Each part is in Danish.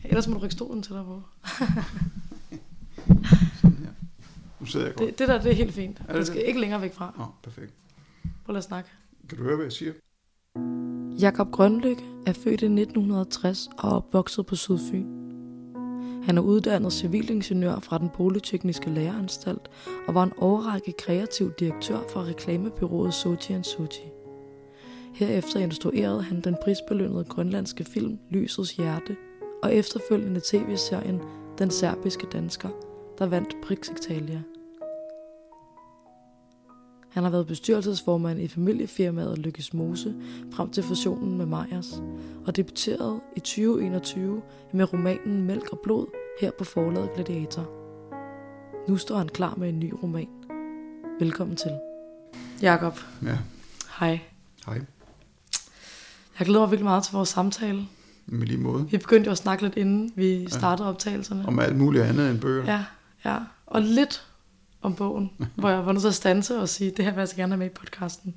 Ellers må du rykke stolen til dig på. Sådan her. Nu sidder jeg godt. Det der, det er helt fint. Er det skal det? ikke længere væk fra. Perfekt. Prøv at snakke. Kan du høre, hvad jeg siger? Jakob Grønlykke er født i 1960 og opvokset på Sydfyn. Han er uddannet civilingeniør fra den Polytekniske Læreanstalt og var en årrække kreativ direktør for reklamebyrået Sochi & Sochi. Herefter instruerede han den prisbelønnede grønlandske film Lysets Hjerte og efterfølgende tv-serien Den serbiske dansker, der vandt Prix Italia. Han har været bestyrelsesformand i familiefirmaet Lykkes Mose frem til fusionen med Meyers og debuterede i 2021 med romanen Mælk og Blod her på forlaget Gladiator. Nu står han klar med en ny roman. Velkommen til. Jakob. Ja. Hej. Hej. Jeg glæder mig virkelig meget til vores samtale. Med lige måde. Vi begyndte jo at snakke lidt inden vi startede optagelserne. Om alt muligt andet end bøger. Ja. Og lidt om bogen, hvor jeg var nødt til at standse og sige, det her vil jeg så gerne have med i podcasten.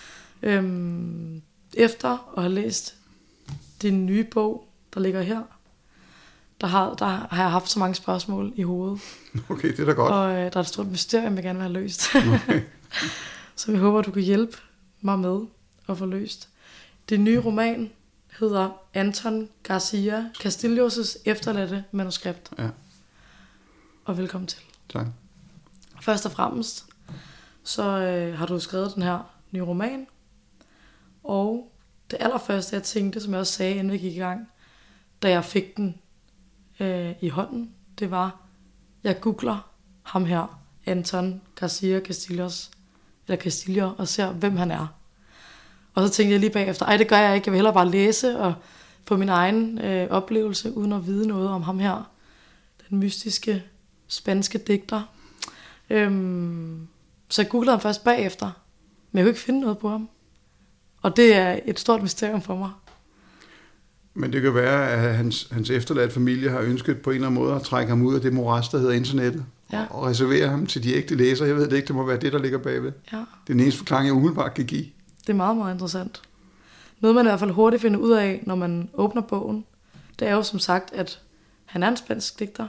Efter at have læst din nye bog, der ligger her, der har jeg haft så mange spørgsmål i hovedet. Okay, det er da godt. Og der er et stort mysterium, jeg gerne vil have løst. Okay. Så jeg håber, du kan hjælpe mig med at få løst. Din nye roman hedder Anton Garcia Castillos' efterladte manuskript. Ja. Og velkommen til. Tak. Først og fremmest, så har du skrevet den her nye roman. Og det allerførste, jeg tænkte, som jeg også sagde, inden vi gik i gang, da jeg fik den i hånden, det var, jeg googler ham her, Anton Garcia Castillo, og ser, hvem han er. Og så tænkte jeg lige bagefter, det gør jeg ikke, jeg vil hellere bare læse og få min egen oplevelse, uden at vide noget om ham her, den mystiske spanske digter. Så jeg googlede ham først bagefter, men jeg kunne ikke finde noget på ham. Og det er et stort mysterium for mig. Men det kan være, at hans efterladte familie har ønsket på en eller anden måde at trække ham ud af det moras, der hedder internettet. Ja. Og reservere ham til de ægte læsere. Jeg ved det ikke, det må være det, der ligger bagved. Ja. Det er den eneste forklaring, jeg umiddelbart kan give. Det er meget, meget interessant. Noget, man i hvert fald hurtigt finder ud af, når man åbner bogen, det er jo som sagt, at han er en spansk digter.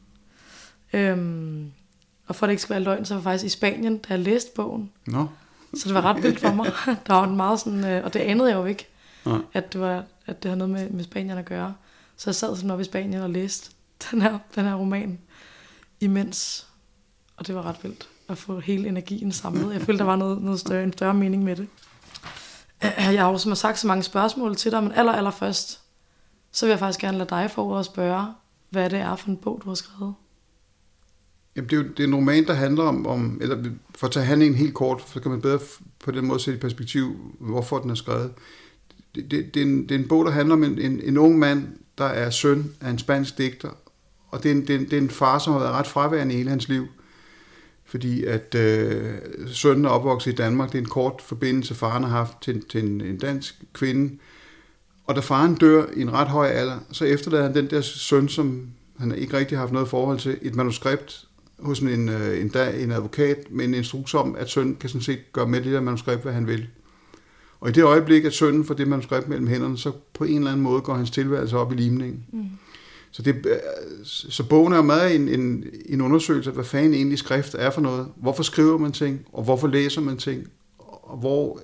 Og for at det ikke skal være løgn, så var jeg faktisk i Spanien, da jeg læste bogen. No. Så det var ret vildt for mig. Der var en meget sådan, og det anede jeg jo ikke, at det havde noget med Spanien at gøre. Så jeg sad sådan oppe i Spanien og læste den her roman imens. Og det var ret vildt at få hele energien samlet. Jeg følte, der var en større mening med det. Jeg har jo som sagt så mange spørgsmål til dig, men allerførst, så vil jeg faktisk gerne lade dig få ordet og spørge, hvad det er for en bog, du har skrevet. Jamen, det er en roman, der handler om, eller for at tage handlingen helt kort, så kan man bedre på den måde sætte i perspektiv, hvorfor den er skrevet. Det er en bog, der handler om en ung mand, der er søn af en spansk digter, og det er en far, som har været ret fraværende i hele hans liv, fordi at sønnen er opvokset i Danmark. Det er en kort forbindelse, faren har haft til en dansk kvinde, og da faren dør i en ret høj alder, så efterlader han den der søn, som han ikke rigtig har haft noget forhold til, et manuskript hos en advokat med en instruks om, at sønnen kan sådan set gøre med det der manuskript, hvad han vil. Og i det øjeblik, at sønnen får det manuskript mellem hænderne, så på en eller anden måde går hans tilværelse op i limningen. Mm. Så bogen er jo meget en undersøgelse af, hvad fanden egentlig skrift er for noget. Hvorfor skriver man ting, og hvorfor læser man ting, og hvor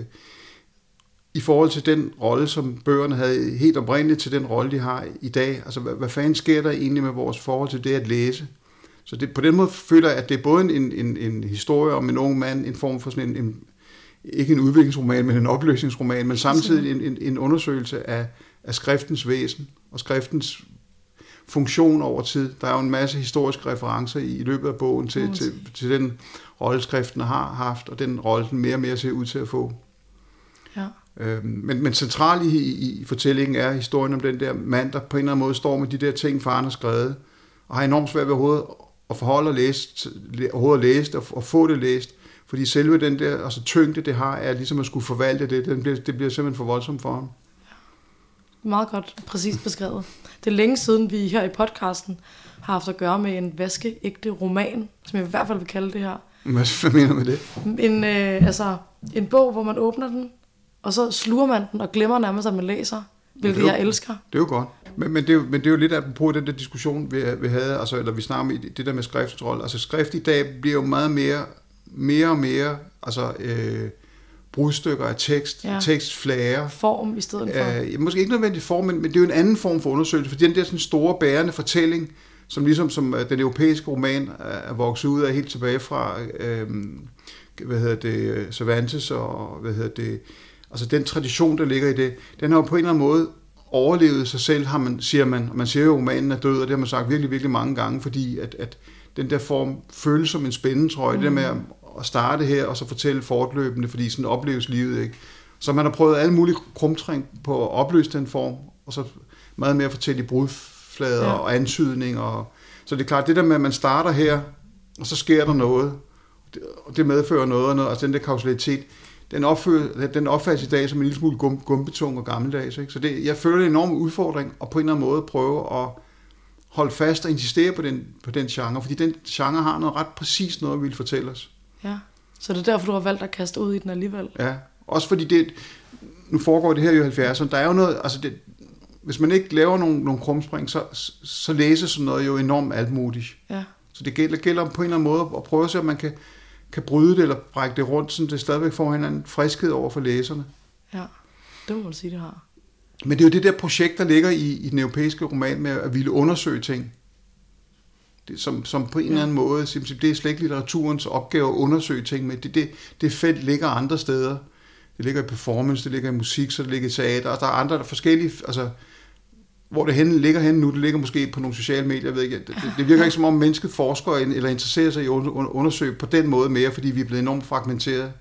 i forhold til den rolle, som bøgerne havde helt oprindeligt til den rolle, de har i dag. Altså, hvad fanden sker der egentlig med vores forhold til det at læse? Så på den måde føler jeg, at det er både en historie om en ung mand, en form for sådan ikke en udviklingsroman, men en opløsningsroman, men samtidig en undersøgelse af skriftens væsen og skriftens funktion over tid. Der er jo en masse historiske referencer i løbet af bogen til den rolle, skriften har haft, og den rolle, den mere og mere ser ud til at få. Ja. Men centralt i fortællingen er historien om den der mand, der på en eller anden måde står med de der ting, faren har skrevet, og har enormt svært ved overhovedet at forholde og læse og få det læst, fordi selve den der altså tyngde, det har, er ligesom at skulle forvalte det. Det bliver simpelthen for voldsomt for ham. Ja. Meget godt, præcis beskrevet. Det er længe siden, vi her i podcasten har haft at gøre med en vaskeægte roman, som jeg i hvert fald vil kalde det her. Hvad mener du med det? En bog, hvor man åbner den, og så sluger man den og glemmer nærmest, at man læser, hvilket jeg elsker. Det er jo godt. Men det er jo lidt apropos den der diskussion, vi havde, altså, eller vi snakker om det der med skriftens rolle. Altså skrift i dag bliver jo meget mere og mere altså, brudstykker af tekst, tekstflager. Form i stedet for. Måske ikke nødvendigt form, men det er jo en anden form for undersøgelse, fordi den der sådan store bærende fortælling, som ligesom som den europæiske roman er vokset ud af helt tilbage fra Cervantes og altså den tradition, der ligger i det, den har jo på en eller anden måde overlevet sig selv, siger man. Og man siger jo, at romanen er død, og det har man sagt virkelig, virkelig mange gange, fordi at den der form føles som en spændetrøje, det der med at starte her, og så fortælle fortløbende, fordi sådan opleves livet, ikke? Så man har prøvet alle mulige krumtring på at opløse den form, og så meget mere at fortælle i brudflader og antydninger. Så det er klart, det der med, at man starter her, og så sker der noget, og det medfører noget, altså den der kausalitet, den opfattes i dag som en lille smule gumbetung og gammeldags. Ikke? Så jeg føler det en enorm udfordring, og på en eller anden måde prøve at holde fast og insistere på den genre, fordi den genre har noget ret præcist noget, at ville fortælle os. Ja, så det er derfor, du har valgt at kaste ud i den alligevel. Ja, også fordi nu foregår det her i 70'erne, der er jo noget, altså hvis man ikke laver nogle krumspring, så læses sådan noget jo enormt altmuligt. Ja. Så det gælder på en eller anden måde at prøve at se, om man kan bryde det, eller brække det rundt, så det stadigvæk får en friskhed over for læserne. Ja, det må man sige, det har. Men det er jo det der projekt, der ligger i den europæiske roman med at ville undersøge ting. Det, som på en eller anden måde, det er slet ikke litteraturens opgave at undersøge ting, men det felt ligger andre steder. Det ligger i performance, det ligger i musik, så det ligger i teater, og der er andre, der er forskellige, altså hvor det ligger henne nu, det ligger måske på nogle sociale medier, jeg ved ikke. Det virker ikke som om mennesket forsker eller interesserer sig i at undersøge på den måde mere, fordi vi er blevet enormt fragmenteret.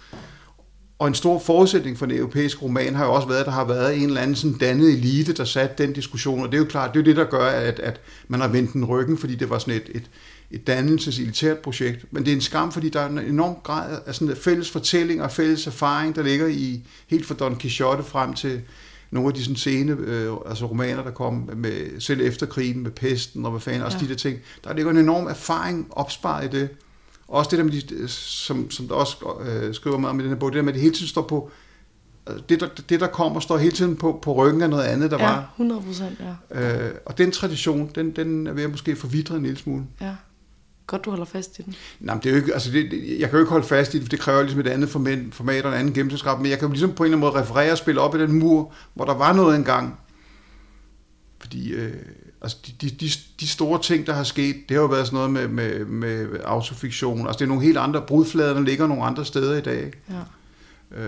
Og en stor forudsætning for den europæiske roman har jo også været, at der har været en eller anden sådan dannet elite, der satte den diskussion, og det er jo klart, det er jo det, der gør, at man har vendt den ryggen, fordi det var sådan et dannelses-elitært projekt. Men det er en skam, fordi der er en enorm grad af sådan fælles fortælling og fælles erfaring, der ligger i helt fra Don Quixote frem til nogle af de sådan sene altså romaner, der kom med, selv efter krigen, med pesten og hvad fanden, også de der ting. Der ligger en enorm erfaring opsparet i det. Også det der med som der også skriver meget om i den her bog, det der med, at det hele tiden står på, det der kommer, står hele tiden på ryggen af noget andet, der var. 100%, ja. Og den tradition, den er ved at måske forvidre en lille smule. Ja. Godt, du holder fast i den. Nej, men det er jo ikke, altså jeg kan jo ikke holde fast i det, for det kræver ligesom et andet format og en anden gennemsnitsgrad, men jeg kan jo ligesom på en eller anden måde referere og spille op i den mur, hvor der var noget engang. Fordi altså de store ting, der har sket, det har jo været sådan noget med autofiktion, altså det er nogle helt andre brudflader, der ligger nogle andre steder i dag. Ja.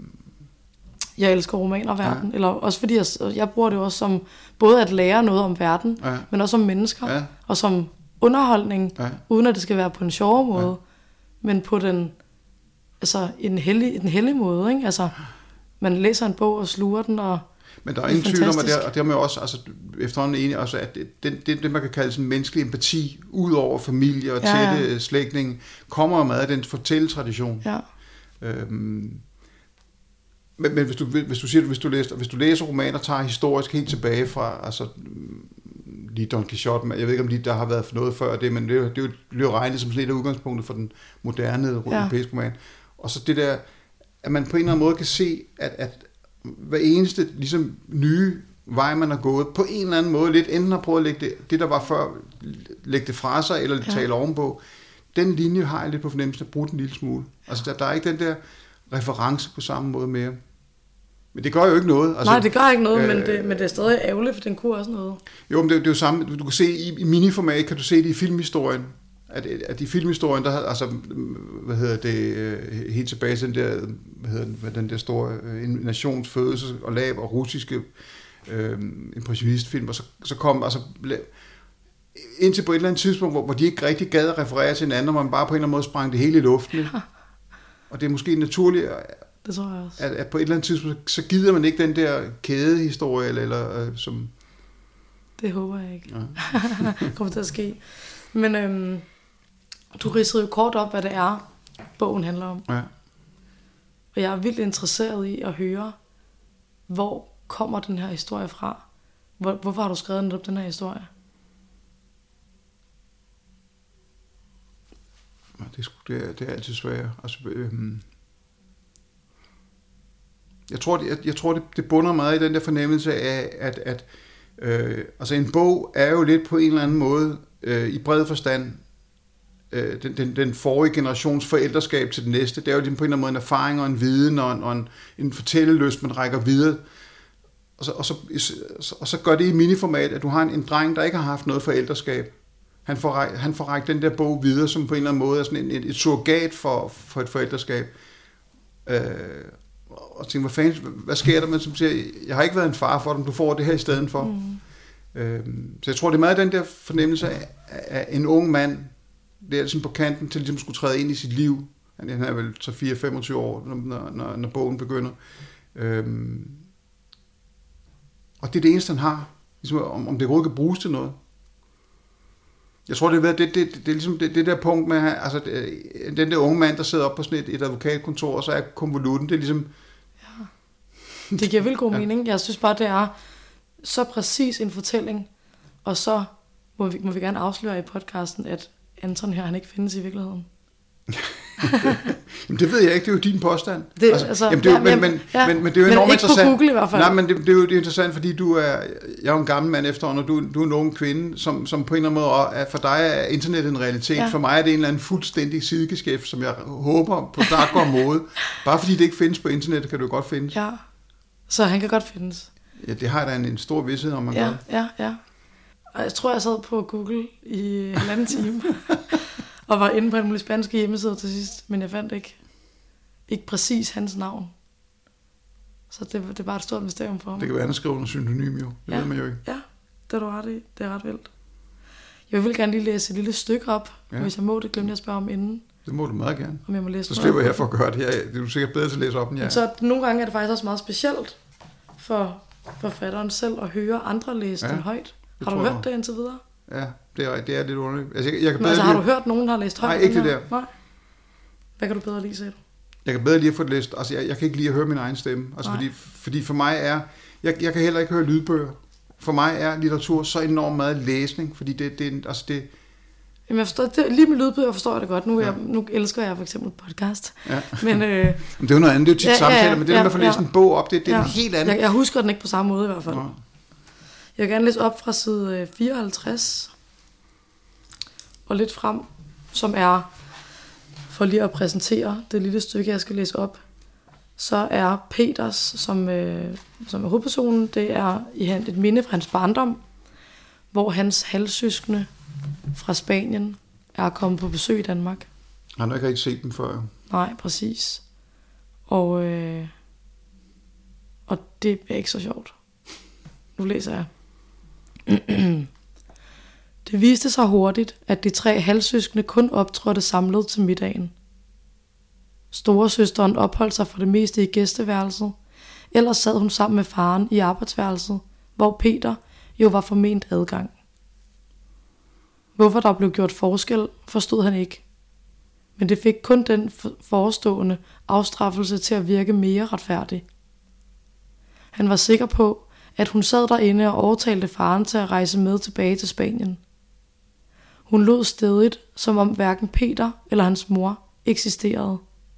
Jeg elsker romanerverden, eller også fordi jeg bruger det også som både at lære noget om verden, men også om mennesker, og som underholdning, uden at det skal være på en sjov måde, men på den hellig måde, ikke? Altså, man læser en bog og sluger den, og men der er ingen tvivl om, at det er man også altså, efterhånden enig, altså, at det, man kan kalde sådan menneskelig empati, ud over familie og tætte slægtning, kommer meget af den fortælletradition. Ja. Men hvis du læser romaner, tager historisk helt tilbage fra, altså lige Don Quixote, jeg ved ikke om der har været noget før det, men det bliver regnet som lidt af udgangspunktet for den moderne europæiske roman. Og så det der, at man på en eller anden måde kan se, at hver eneste ligesom nye vej, man har gået, på en eller anden måde lidt enten har prøvet at lægge det der var før, lægge det fra sig, eller tale ovenpå. Den linje har jeg lidt på fornemmelsen at bruge den en lille smule. Altså der er ikke den der reference på samme måde mere. Men det gør jo ikke noget. Altså, nej, det gør ikke noget, men det er stadig ærgerligt, for den kunne også noget. Jo, men det er jo samme. Du kan se i miniformat, kan du se det i filmhistorien. At i filmhistorien, der altså, helt tilbage til den der store nations fødelse og lab og russiske impressionistfilm, og så kom altså indtil på et eller andet tidspunkt, hvor de ikke rigtig gad at referere til hinanden, og man bare på en eller anden måde sprang det hele i luften. Ja. Og det er måske naturligt, det tror jeg også. At på et eller andet tidspunkt, så gider man ikke den der kædehistorie, eller som... Det håber jeg ikke. Ja. Kommer til at ske. Men du ridsede jo kort op, hvad det er, bogen handler om. Ja. Og jeg er vildt interesseret i at høre, hvor kommer den her historie fra? Hvorfor har du skrevet netop den her historie? Det er altid svært. Altså, jeg tror, det bunder meget i den der fornemmelse af, at Altså en bog er jo lidt på en eller anden måde, i bred forstand, den forrige generations forældreskab til den næste. Det er jo på en eller anden måde en erfaring og en viden og en fortællelyst, man rækker videre. Og så gør det i miniformat, at du har en dreng, der ikke har haft noget forældreskab. Han får rækket den der bog videre, som på en eller anden måde er sådan et surrogat for et forældreskab. Og tænker, hvad sker der med, som siger, jeg har ikke været en far for dem, du får det her i stedet for. Så jeg tror, det er meget den der fornemmelse af en ung mand, det er sådan på kanten til ligesom skulle træde ind i sit liv. Han er vel 4-25 år, når bogen begynder. Og det er det eneste, han har. Ligesom, om det overhovedet kan bruges til noget. Jeg tror, det er ligesom det der punkt med, altså den der unge mand, der sidder op på sådan et advokatkontor, og så er konvolutten, det er ligesom... Ja. Det giver vildt god mening. Jeg synes bare, det er så præcis en fortælling, og så må vi gerne afsløre i podcasten, at Anton her, han ikke findes i virkeligheden. Jamen, det ved jeg ikke, det er jo din påstand. Men det er jo enormt interessant. På Google i hvert fald. Nej, men det er jo interessant, fordi jeg er jo en gammel mand efterhånden, og du er en ung kvinde, som på en eller anden måde, for dig er internet en realitet. Ja. For mig er det en eller anden fuldstændig sidegeschæft, som jeg håber på snart går måde. Bare fordi det ikke findes på internet, kan det jo godt findes. Ja, så han kan godt findes. Ja, det har da en stor vished om, man gør. Ja. Og jeg tror, jeg sad på Google i 1,5 time. Og var inde på en mulig spanske hjemmeside til sidst, men jeg fandt ikke præcis hans navn. Så det er bare et stort mysterium for mig. Det kan være, at han skriver under synonym jo. Det ved man jo ikke. Ja, det er du ret i. Det er ret vildt. Jeg vil gerne lige læse et lille stykke op, hvis jeg må. Det glemte jeg at spørge om inden. Det må du meget gerne. Om jeg må læse så slipper jeg for at gøre det. Det er du sikkert bedre til at læse op, end jeg. Så nogle gange er det faktisk også meget specielt for forfatteren selv at høre andre læse den højt. Har du hørt det indtil videre? Ja, det er lidt underligt. Altså, har du hørt nogen, der har læst højt? Nej, ikke det der. Nej. Hvad kan du bedre lide, sagde du? Jeg kan bedre lide at få det læst. Altså, jeg kan ikke lide at høre min egen stemme. Altså, fordi for mig er... Jeg kan heller ikke høre lydbøger. For mig er litteratur så enormt meget læsning, fordi det Jamen, jeg forstår, lige med lydbøger forstår jeg det godt. Nu elsker jeg for eksempel podcast. Ja. Men det er jo noget andet, det er jo tit samtaler, men det der med at få læst en bog op, det er en helt anden. Jeg husker den ikke på samme måde i hvert fald. Ja. Jeg vil gerne læse op fra side 54 og lidt frem, som er, for lige at præsentere det lille stykke, jeg skal læse op, så er Peters, som er hovedpersonen, det er et minde fra hans barndom, hvor hans halvsøskende fra Spanien er kommet på besøg i Danmark. Han har ikke rigtig set dem før. Nej, præcis. Og det er ikke så sjovt. Nu læser jeg. Det viste sig hurtigt, at de 3 halvsøskende kun optrådte samlet til middagen. Storesøsteren opholdt sig for det meste i gæsteværelset, ellers sad hun sammen med faren i arbejdsværelset, hvor Peter jo var forment adgang. Hvorfor der blev gjort forskel, forstod han ikke. Men det fik kun den forestående afstraffelse til at virke mere retfærdig. Han var sikker på, at hun sad derinde og overtalte faren til at rejse med tilbage til Spanien. Hun lod stædigt, som om hverken Peter eller hans mor eksisterede.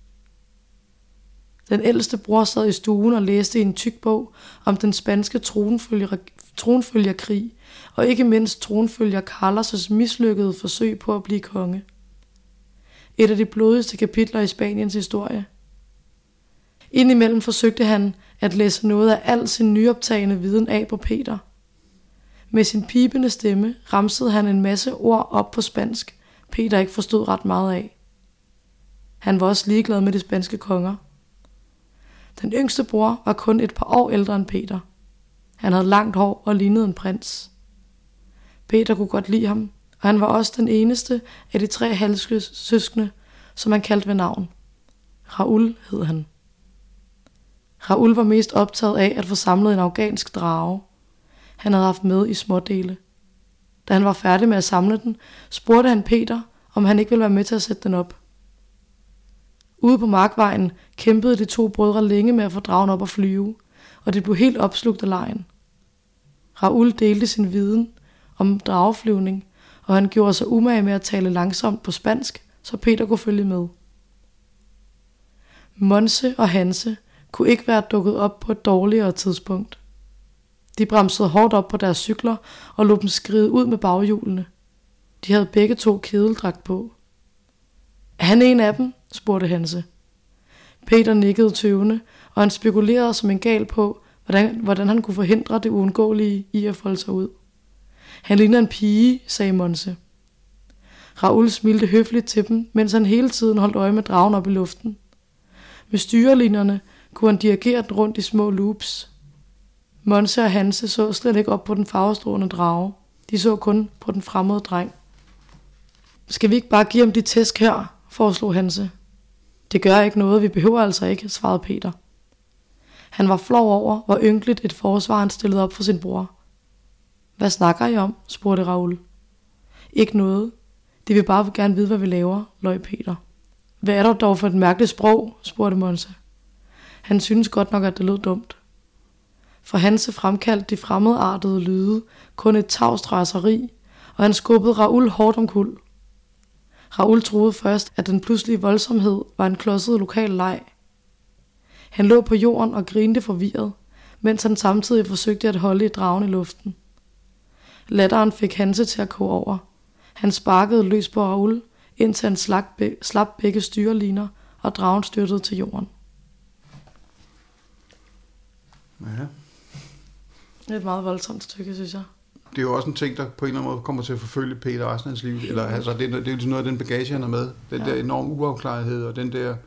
Den ældste bror sad i stuen og læste i en tyk bog om den spanske tronfølgerkrig, og ikke mindst tronfølger Carlos' mislykkede forsøg på at blive konge. Et af de blodigste kapitler i Spaniens historie. Indimellem forsøgte han at læse noget af al sin nyoptagende viden af på Peter. Med sin pibende stemme ramsede han en masse ord op på spansk, Peter ikke forstod ret meget af. Han var også ligeglad med de spanske konger. Den yngste bror var kun et par år ældre end Peter. Han havde langt hår og lignede en prins. Peter kunne godt lide ham, og han var også den eneste af de 3 halvsøskende, som han kaldte ved navn. Raoul hed han. Raoul var mest optaget af at få samlet en afghansk drage. Han havde haft med i smådele. Da han var færdig med at samle den, spurgte han Peter, om han ikke ville være med til at sætte den op. Ude på markvejen kæmpede de 2 brødre længe med at få dragen op og flyve, og det blev helt opslugt af legen. Raoul delte sin viden om drageflyvning, og han gjorde sig umage med at tale langsomt på spansk, så Peter kunne følge med. Monse og Hanse kunne ikke være dukket op på et dårligere tidspunkt. De bremsede hårdt op på deres cykler og lod dem skride ud med baghjulene. De havde begge 2 kedeldragt på. Er han en af dem? Spurgte Hanse. Peter nikkede tøvende, og han spekulerede som en gal på, hvordan han kunne forhindre det uundgåelige i at folde sig ud. Han ligner en pige, sagde Monse. Raoul smilte høfligt til dem, mens han hele tiden holdt øje med dragen op i luften. Med styrelinerne kunne han dirigere den rundt i små loops. Monse og Hanse så slet ikke op på den farvestrålende drage. De så kun på den fremmede dreng. Skal vi ikke bare give ham de tæsk her, foreslog Hanse. Det gør ikke noget, vi behøver altså ikke, svarede Peter. Han var flov over, hvor ynkeligt et forsvar han stillede op for sin bror. Hvad snakker I om? Spurgte Raoul. Ikke noget. De vil bare gerne vide, hvad vi laver, løg Peter. Hvad er der dog for et mærkeligt sprog? Spurgte Monse. Han syntes godt nok, at det lød dumt. For Hanse fremkaldte de fremmedartede lyde kun et tavst raseri, og han skubbede Raoul hårdt omkuld. Raoul troede først, at den pludselige voldsomhed var en klodset lokal leg. Han lå på jorden og grinte forvirret, mens han samtidig forsøgte at holde i dragen i luften. Latteren fik Hanse til at koge over. Han sparkede løs på Raoul, indtil han slap begge styreliner, og dragen styrtede til jorden. Ja. Det er et meget voldsomt stykke, synes jeg. Det er jo også en ting, der på en eller anden måde kommer til at forfølge Peter resten af hans liv. Eller, altså, det er jo noget af den bagage, han er med. Den der enorme uafklarethed, og den der...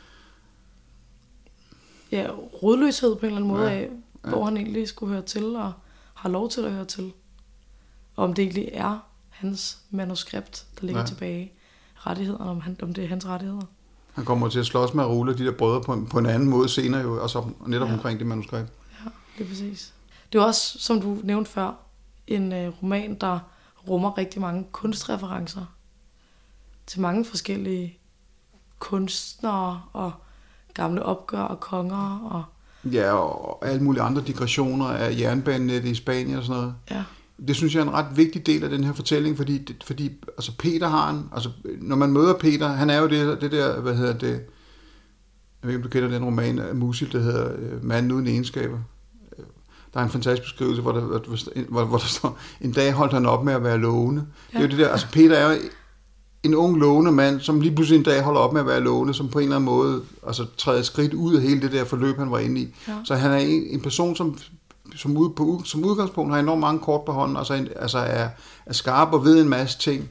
Ja, rodløshed på en eller anden måde af, hvor han egentlig skulle høre til, og har lov til at høre til. Og om det egentlig er hans manuskript, der ligger tilbage. Rettighederne, om det er hans rettigheder. Han kommer til at slås med Raoul og de der brødre på en anden måde senere, jo, og så netop omkring det manuskript. Ja, det er præcis. Det er også, som du nævnte før, en roman, der rummer rigtig mange kunstreferencer til mange forskellige kunstnere og gamle opgør og konger. Og ja, og alle mulige andre digressioner af jernbanenettet i Spanien og sådan noget. Ja. Det synes jeg er en ret vigtig del af den her fortælling, fordi altså Peter har en, altså når man møder Peter, han er jo det der, hvad hedder det, jeg ved ikke om du kender den roman af Musil, der hedder Manden uden egenskaber. Der er en fantastisk beskrivelse, hvor der står, en dag holdt han op med at være lovende. Ja. Det er jo det der, altså Peter er jo en ung lovende mand, som lige pludselig en dag holder op med at være lovende, som på en eller anden måde altså træder skridt ud af hele det der forløb, han var inde i. Ja. Så han er en person, som udgangspunkt har enormt mange kort på hånden, altså er skarp og ved en masse ting.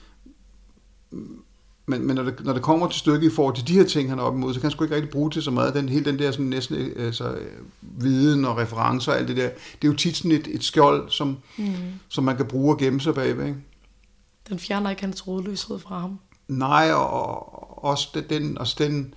Men når det kommer til stykket i forhold til de her ting, han er op imod, så kan han sgu ikke rigtig bruge til så meget. Hele den der sådan næsten viden og referencer og alt det der, det er jo tit sådan et skjold, som man kan bruge og gemme sig bagved, ikke? Den fjerner ikke hans rodløshed fra ham. Nej, og også den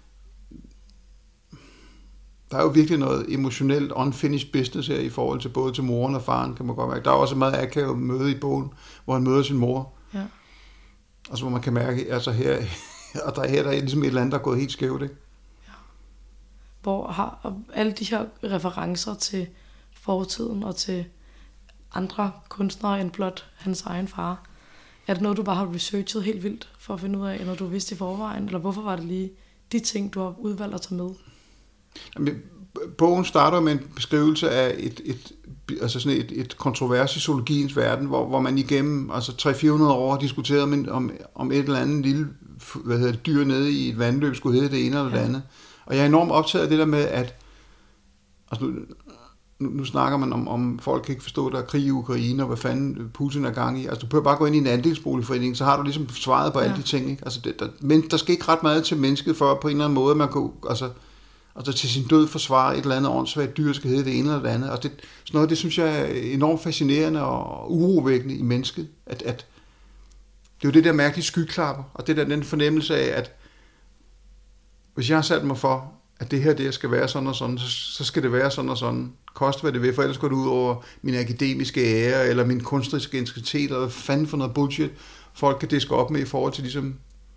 der er jo virkelig noget emotionelt unfinished business her i forhold til både til moren og faren, kan man godt mærke. Der er også et meget akavet møde i bogen, hvor han møder sin mor. Ja. Altså hvor man kan mærke, altså her, og der er ligesom et eller andet, der er gået helt skævt, ikke? Ja. Hvor har alle de her referencer til fortiden og til andre kunstnere end blot hans egen far, er det noget, du bare har researchet helt vildt for at finde ud af, noget du vidste i forvejen? Eller hvorfor var det lige de ting, du har udvalgt at tage med? Jamen, bogen starter med en beskrivelse af et kontrovers i zoologiens verden, hvor man igennem 300-400 år har diskuteret om et eller andet lille dyr nede i et vandløb skulle hedde det ene eller det andet. Og jeg er enormt optaget af det der med, at altså nu snakker man om folk kan ikke forstå, at der er krig i Ukraine, og hvad fanden Putin er gang i. Altså, du behøver bare gå ind i en andelsboligforening, så har du ligesom svaret på alle de ting, ikke? Altså, men der skal ikke ret meget til mennesket, for på en eller anden måde, man kan altså til sin død forsvare et eller andet åndssvagt dyr, skal hedde det ene eller det andet. Altså, sådan noget, det synes jeg er enormt fascinerende og urovækkende i mennesket, at det er jo det der mærkelige skyklapper, og det der den fornemmelse af, at hvis jeg har sat mig for, at det her skal være sådan og sådan, så skal det være sådan og sådan. Koste hvad det vil, for ellers går det ud over min akademiske ære, eller min kunstneriske integritet, eller hvad fanden for noget bullshit, folk kan diske op med i forhold til ligesom...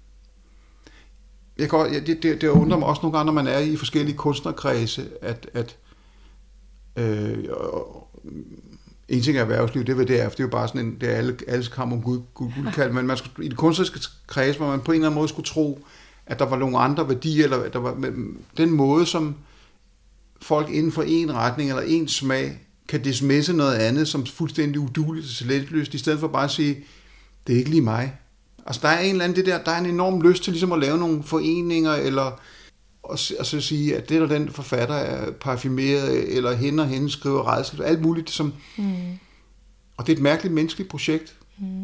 Det undrer mig også nogle gange, når man er i forskellige kunstnerkredse, at en ting er erhvervsliv, det er jo bare sådan en, det er alles kamp om guldkald, men man skulle, i det kunstneriske kreds, hvor man på en eller anden måde skulle tro, at der var nogle andre værdier, eller der var den måde, som folk inden for en retning eller en smag kan dismisse noget andet som fuldstændig udueligt og sletteløst, i stedet for bare at sige, det er ikke lige mig. Altså der er en eller anden det der er en enorm lyst til ligesom at lave nogle foreninger, eller og så sige, at det eller den forfatter er parfumeret, eller hende og hende skriver rædsel, alt muligt, som, og det er et mærkeligt menneskeligt projekt,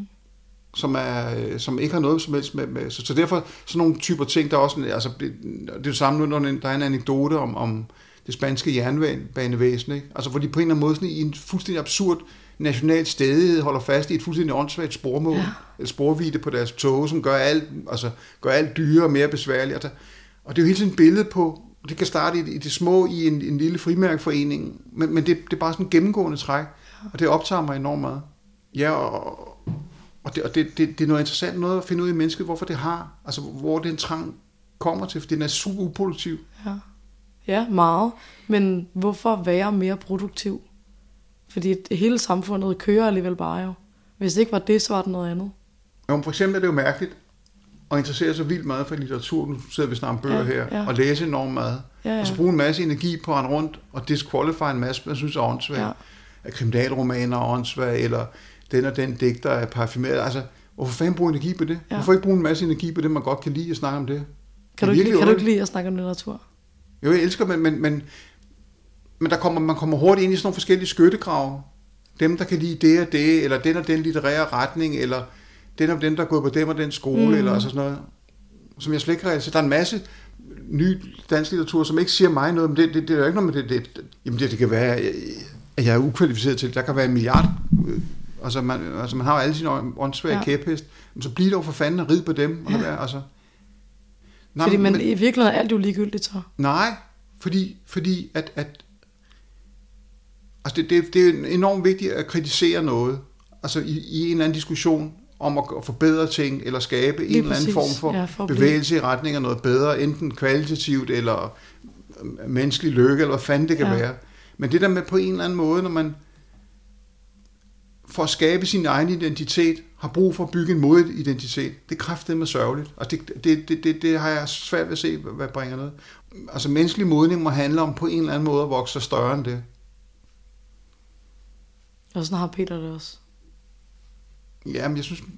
som ikke har noget som helst med så derfor sådan nogle typer ting, der også, altså det er det samme nu, når der er en anekdote om det spanske jernbanevæsen, ikke? Altså hvor de på en eller anden måde sådan, i en fuldstændig absurd national stædighed holder fast i et fuldstændig åndssvagt spormål, eller sporvidde på deres tog, som gør alt dyrere og mere besværligt. Og det er jo hele tiden et billede på, det kan starte i det små i en lille frimærkeforening, men det er bare sådan en gennemgående træk, og det optager mig enormt meget. Ja, og det er noget interessant noget at finde ud i mennesket, hvorfor det har, altså hvor den trang kommer til, for den er super uproduktiv. Ja, meget. Men hvorfor være mere produktiv? Fordi hele samfundet kører alligevel bare jo. Hvis det ikke var det, så var det noget andet. Jo, for eksempel er det jo mærkeligt at interessere sig vildt meget for litteratur. Nu sidder vi snart om bøger her, og læse enormt meget. Og så bruge en masse energi på at rende rundt og disqualify en masse, man synes er åndssvagt. Af kriminalromaner er åndssvagt, eller den og den digter er parfumeret. Altså, hvorfor fanden bruge energi på det? Hvorfor ikke bruge en masse energi på det, man godt kan lide at snakke om det? Kan du ikke lide at snakke om litteratur? Jo, jeg elsker, men man kommer hurtigt ind i sådan nogle forskellige skyttegrave. Dem, der kan lide det og det, eller den og den litterære retning, eller den og den, der er gået på dem og den skole, eller altså sådan noget, som jeg slet ikke realiserer. Der er en masse ny dansk litteratur, som ikke siger mig noget, men det er jo ikke noget med det. Jamen det kan være, at jeg er ukvalificeret til det. Der kan være en milliard. Man har jo alle sine åndssvage kæphest, men så bliver det jo for fanden at ride på dem. Og altså. Nej, fordi man i virkeligheden er alt jo ligegyldigt så. Nej, fordi at altså det er enormt vigtigt at kritisere noget, altså i en eller anden diskussion om at forbedre ting, eller skabe en eller anden form for bevægelse i retning af noget bedre, enten kvalitativt, eller menneskelig lykke, eller hvad fanden det kan være. Men det der med på en eller anden måde, når man for at skabe sin egen identitet, har brug for at bygge en modidentitet, det er kraftedeme sørgeligt. Altså det har jeg svært ved at se, hvad bringer noget. Altså menneskelig modning må handle om på en eller anden måde at vokse sig større end det. Og sådan har Peter det også. Jamen,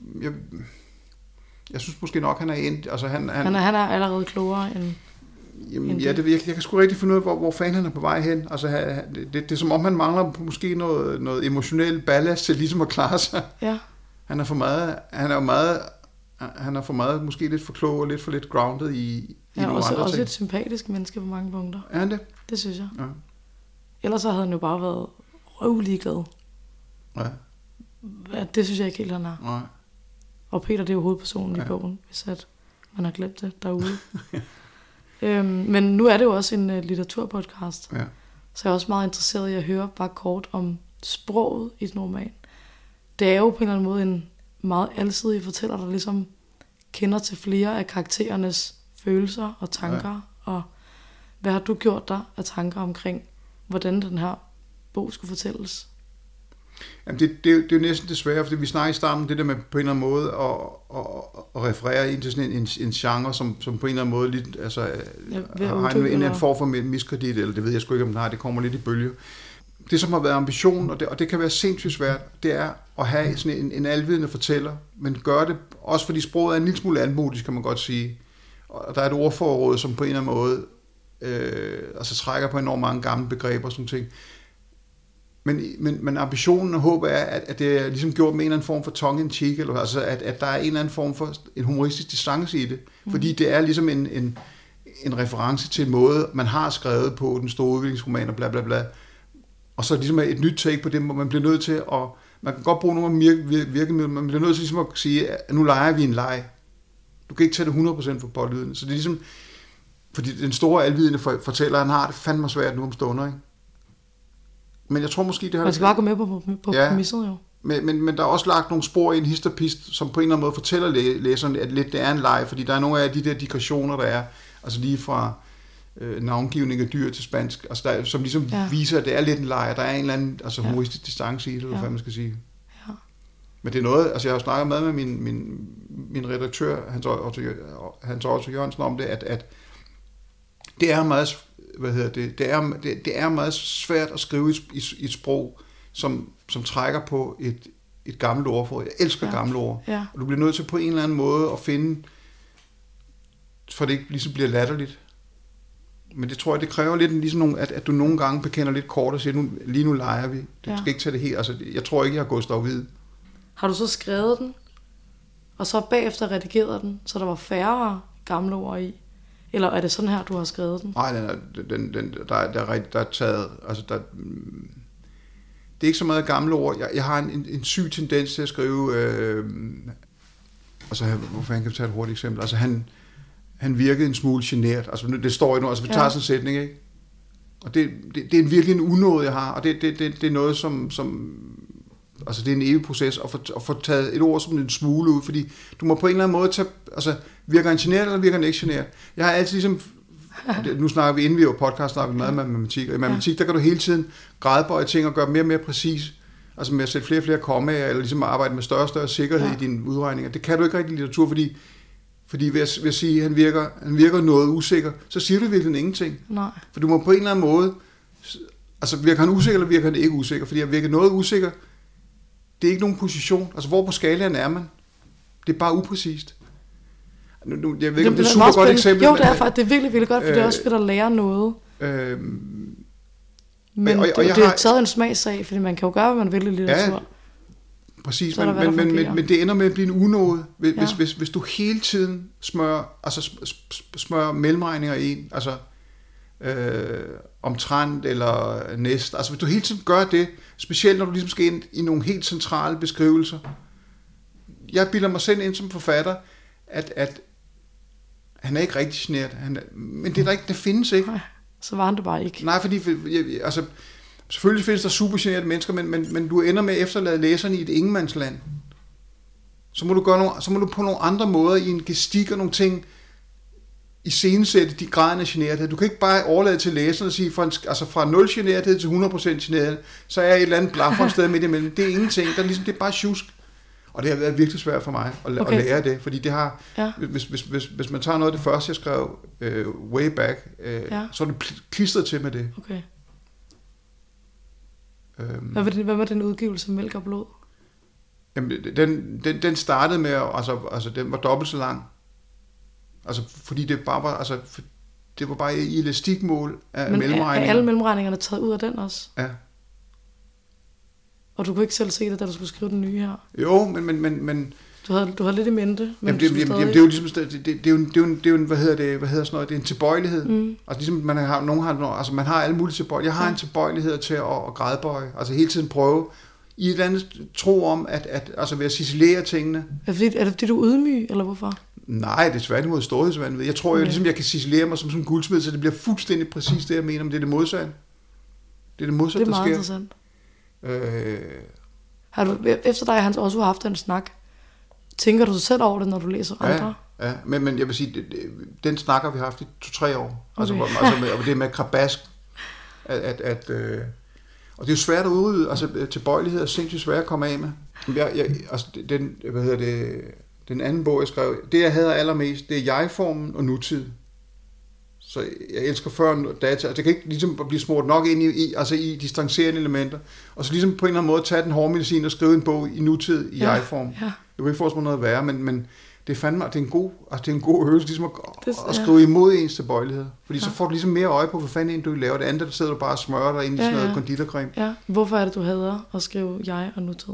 jeg synes måske nok, han er endt. Altså, han er allerede klogere end... Jamen, ja, jeg kan sgu rigtig finde ud af, hvor fanden han er på vej hen. Altså, det er som om, han mangler måske noget emotionel ballast til ligesom at klare sig. Ja. Han er for meget, måske lidt for klog og lidt for lidt grounded i nogle andre ting. Også et sympatisk menneske på mange punkter. Er han det? Det synes jeg. Ja. Ellers så havde han jo bare været røvligeglad. Ja. Det synes jeg ikke helt, han er. Nej. Og Peter, det er jo hovedpersonen i bogen, hvis at man har glemt det derude. Men nu er det jo også en litteraturpodcast. Ja. Så jeg er også meget interesseret i at høre bare kort om sproget i den roman. Det er jo på en eller anden måde en meget alsidig fortæller, der ligesom kender til flere af karakterernes følelser og tanker. Og hvad har du gjort dig af tanker omkring, hvordan den her bog skulle fortælles? Jamen det er jo næsten det svære, fordi vi snakker i starten det der med på en eller anden måde at referere ind til sådan en genre, som på en eller anden måde lidt, altså, har en form for miskredit, eller det ved jeg sgu ikke, om den har, det kommer lidt i bølge. Det, som har været ambitionen, og det kan være sindssygt svært, det er at have sådan en alvidende fortæller, men gøre det, også fordi sproget er en lille smule altmodisk, kan man godt sige. Og der er et ordforråd, som på en eller anden måde altså trækker på enormt mange gamle begreber og sådan ting. Men ambitionen og håb er, at det er ligesom gjort med en eller anden form for tongue in cheek, eller altså at der er en eller anden form for en humoristisk distance i det. Fordi det er ligesom en reference til en måde, man har skrevet på den store udviklingsroman og bla bla bla. Og så ligesom et nyt take på det, hvor man bliver nødt til at... Man kan godt bruge nogle virkemidler, man bliver nødt til ligesom at sige, at nu leger vi en leg. Du kan ikke tage det 100% for pålydende. Så det er ligesom... Fordi den store alvidende fortæller, han har det fandme svært nu om stunder, ikke? Men jeg tror måske, det har... Man skal bare gå med på præmisset, jo. Men der er også lagt nogle spor i en histopist, som på en eller anden måde fortæller læseren, at lidt det er en leg, fordi der er nogle af de der digressioner, der er, altså lige fra navngivning af dyr til spansk, altså som ligesom viser, at det er lidt en leg, der er en eller anden altså humoristisk distance i det, eller hvad man skal sige. Ja. Men det er noget, altså jeg har snakket med min redaktør, Hans Otto Jørgensen, om det, at det er meget det er meget svært at skrive i et sprog, som trækker på et gammelt ordforråd. Jeg elsker gamle ord. Ja. Og du bliver nødt til på en eller anden måde at finde, for det ikke ligesom bliver latterligt. Men det tror jeg, det kræver lidt ligesom at du nogle gange bekender lidt kort og siger, lige nu leger vi. Du skal ikke tage det helt. Altså, jeg tror ikke, jeg har gået stå-vid. Har du så skrevet den, og så bagefter redigeret den, så der var færre gamle ord i? Eller er det sådan her, du har skrevet den? Nej, der er taget... Altså, det er ikke så meget gamle ord. Jeg har en syg tendens til at skrive... hvorfor han kan tage et hurtigt eksempel? Altså, han virkede en smule genert. Altså, det står i nu. Altså, vi tager sådan en sætning, ikke? Og det er virkelig en unåde, jeg har. Og det er noget, som altså, det er en evig proces at få taget et ord som en smule ud. Fordi du må på en eller anden måde tage... Altså, virker han genert, eller virker han ikke genert? Jeg har altid ligesom... Nu snakker vi, inden vi var podcast, snakker vi meget med matematik. Og i matematik, der kan du hele tiden gradbøje ting og gøre mere og mere præcis. Altså med at sætte flere og flere kommaer, eller ligesom arbejde med større og større sikkerhed i dine udregninger. Det kan du ikke rigtig i litteratur, fordi ved at sige, at han virker noget usikker, så siger du virkelig ingenting. Nej. For du må på en eller anden måde... Altså, virker han usikker, eller virker han ikke usikker? Fordi at virke noget usikker, det er ikke nogen position. Altså, hvor på skalaen er man? Det er bare upræcist. Jeg ved ikke, om det er et super godt eksempel. Jo, det er faktisk, det er virkelig, virkelig godt, for det er også fedt at lære noget. Men det er taget en smagssag, fordi man kan jo gøre, hvad man vil i litteratur. Ja, præcis, men det ender med at blive en unåde, hvis du hele tiden smører mellemregninger i, altså omtrent eller næst. Altså, hvis du hele tiden gør det, specielt når du ligesom skal ind i nogle helt centrale beskrivelser. Jeg bilder mig selv ind som forfatter, at han er ikke rigtig genert. Men det er ikke, det findes ikke. Nej, så var han det bare ikke. Nej, fordi altså, selvfølgelig findes der super generte mennesker, men du ender med at efterlade læserne i et ingenmandsland. Så må du på nogle andre måder i en gestik og nogle ting iscenesætte de graden af generethed. Du kan ikke bare overlade til læserne og sige, fra 0 generethed til 100% generethed, så er jeg et eller andet blaffer sted midt imellem. Det er ingenting. Det er bare tjusk. Og det har været virkelig svært for mig at lære det, fordi det har, hvis man tager noget af det første, jeg skrev way back, så er det klistret til med det. Okay. Hvad var den udgivelse, Mælk og Blod? Jamen, den startede med, altså den var dobbelt så lang. Altså, fordi det bare var, altså, det var bare i elastikmål af mellemregninger. Men er alle mellemregningerne taget ud af den også? Ja. Og du kunne ikke selv se det, da du skulle skrive den nye her? Jo, men du havde lidt i mente, men det er jo ligesom, det er jo en, hvad hedder sådan noget, det er en tilbøjelighed. Altså ligesom man har alle mulige tilbøjeligheder. Jeg har en tilbøjelighed til at gradbøje, altså hele tiden prøve i et eller andet tro om, at altså ved at ciselere tingene. Er det fordi du er ydmyg, eller hvorfor? Nej, det er tværtimod storhedsvanvid. Jeg tror jo ligesom, jeg kan ciselere mig som sådan en guldsmed, så det bliver fuldstændig præcis det, jeg mener, men det er det modsatte. Det er det modsatte, der sker. Det er meget interessant. Har du, efter dig, Hans, også haft en snak, tænker du selv over det, når du læser andre? Ja, men jeg vil sige, den snak har vi haft i 2-3 år. Okay. Altså det med krabask, og det er jo svært at udrydde, altså tilbøjelighed er sindssygt svært at komme af med. Den anden bog, jeg skrev, det jeg hader allermest, det er jeg-formen og nutid. Så jeg elsker før data, altså det kan ikke ligesom blive smurt nok ind i distancerende elementer, og så ligesom på en eller anden måde tage den hårde medicin og skrive en bog i nutid i jeg-form. Ja. Jeg vil ikke forstå noget værre, men det er fandme, det er en god øvelse ligesom at skrive imod ens tilbøjelighed, fordi så får du ligesom mere øje på, hvad fanden du laver. Det andet, der sidder du bare og smører dig ind i sådan noget konditorcreme. Ja. Hvorfor er det, du hader at skrive jeg og nutid?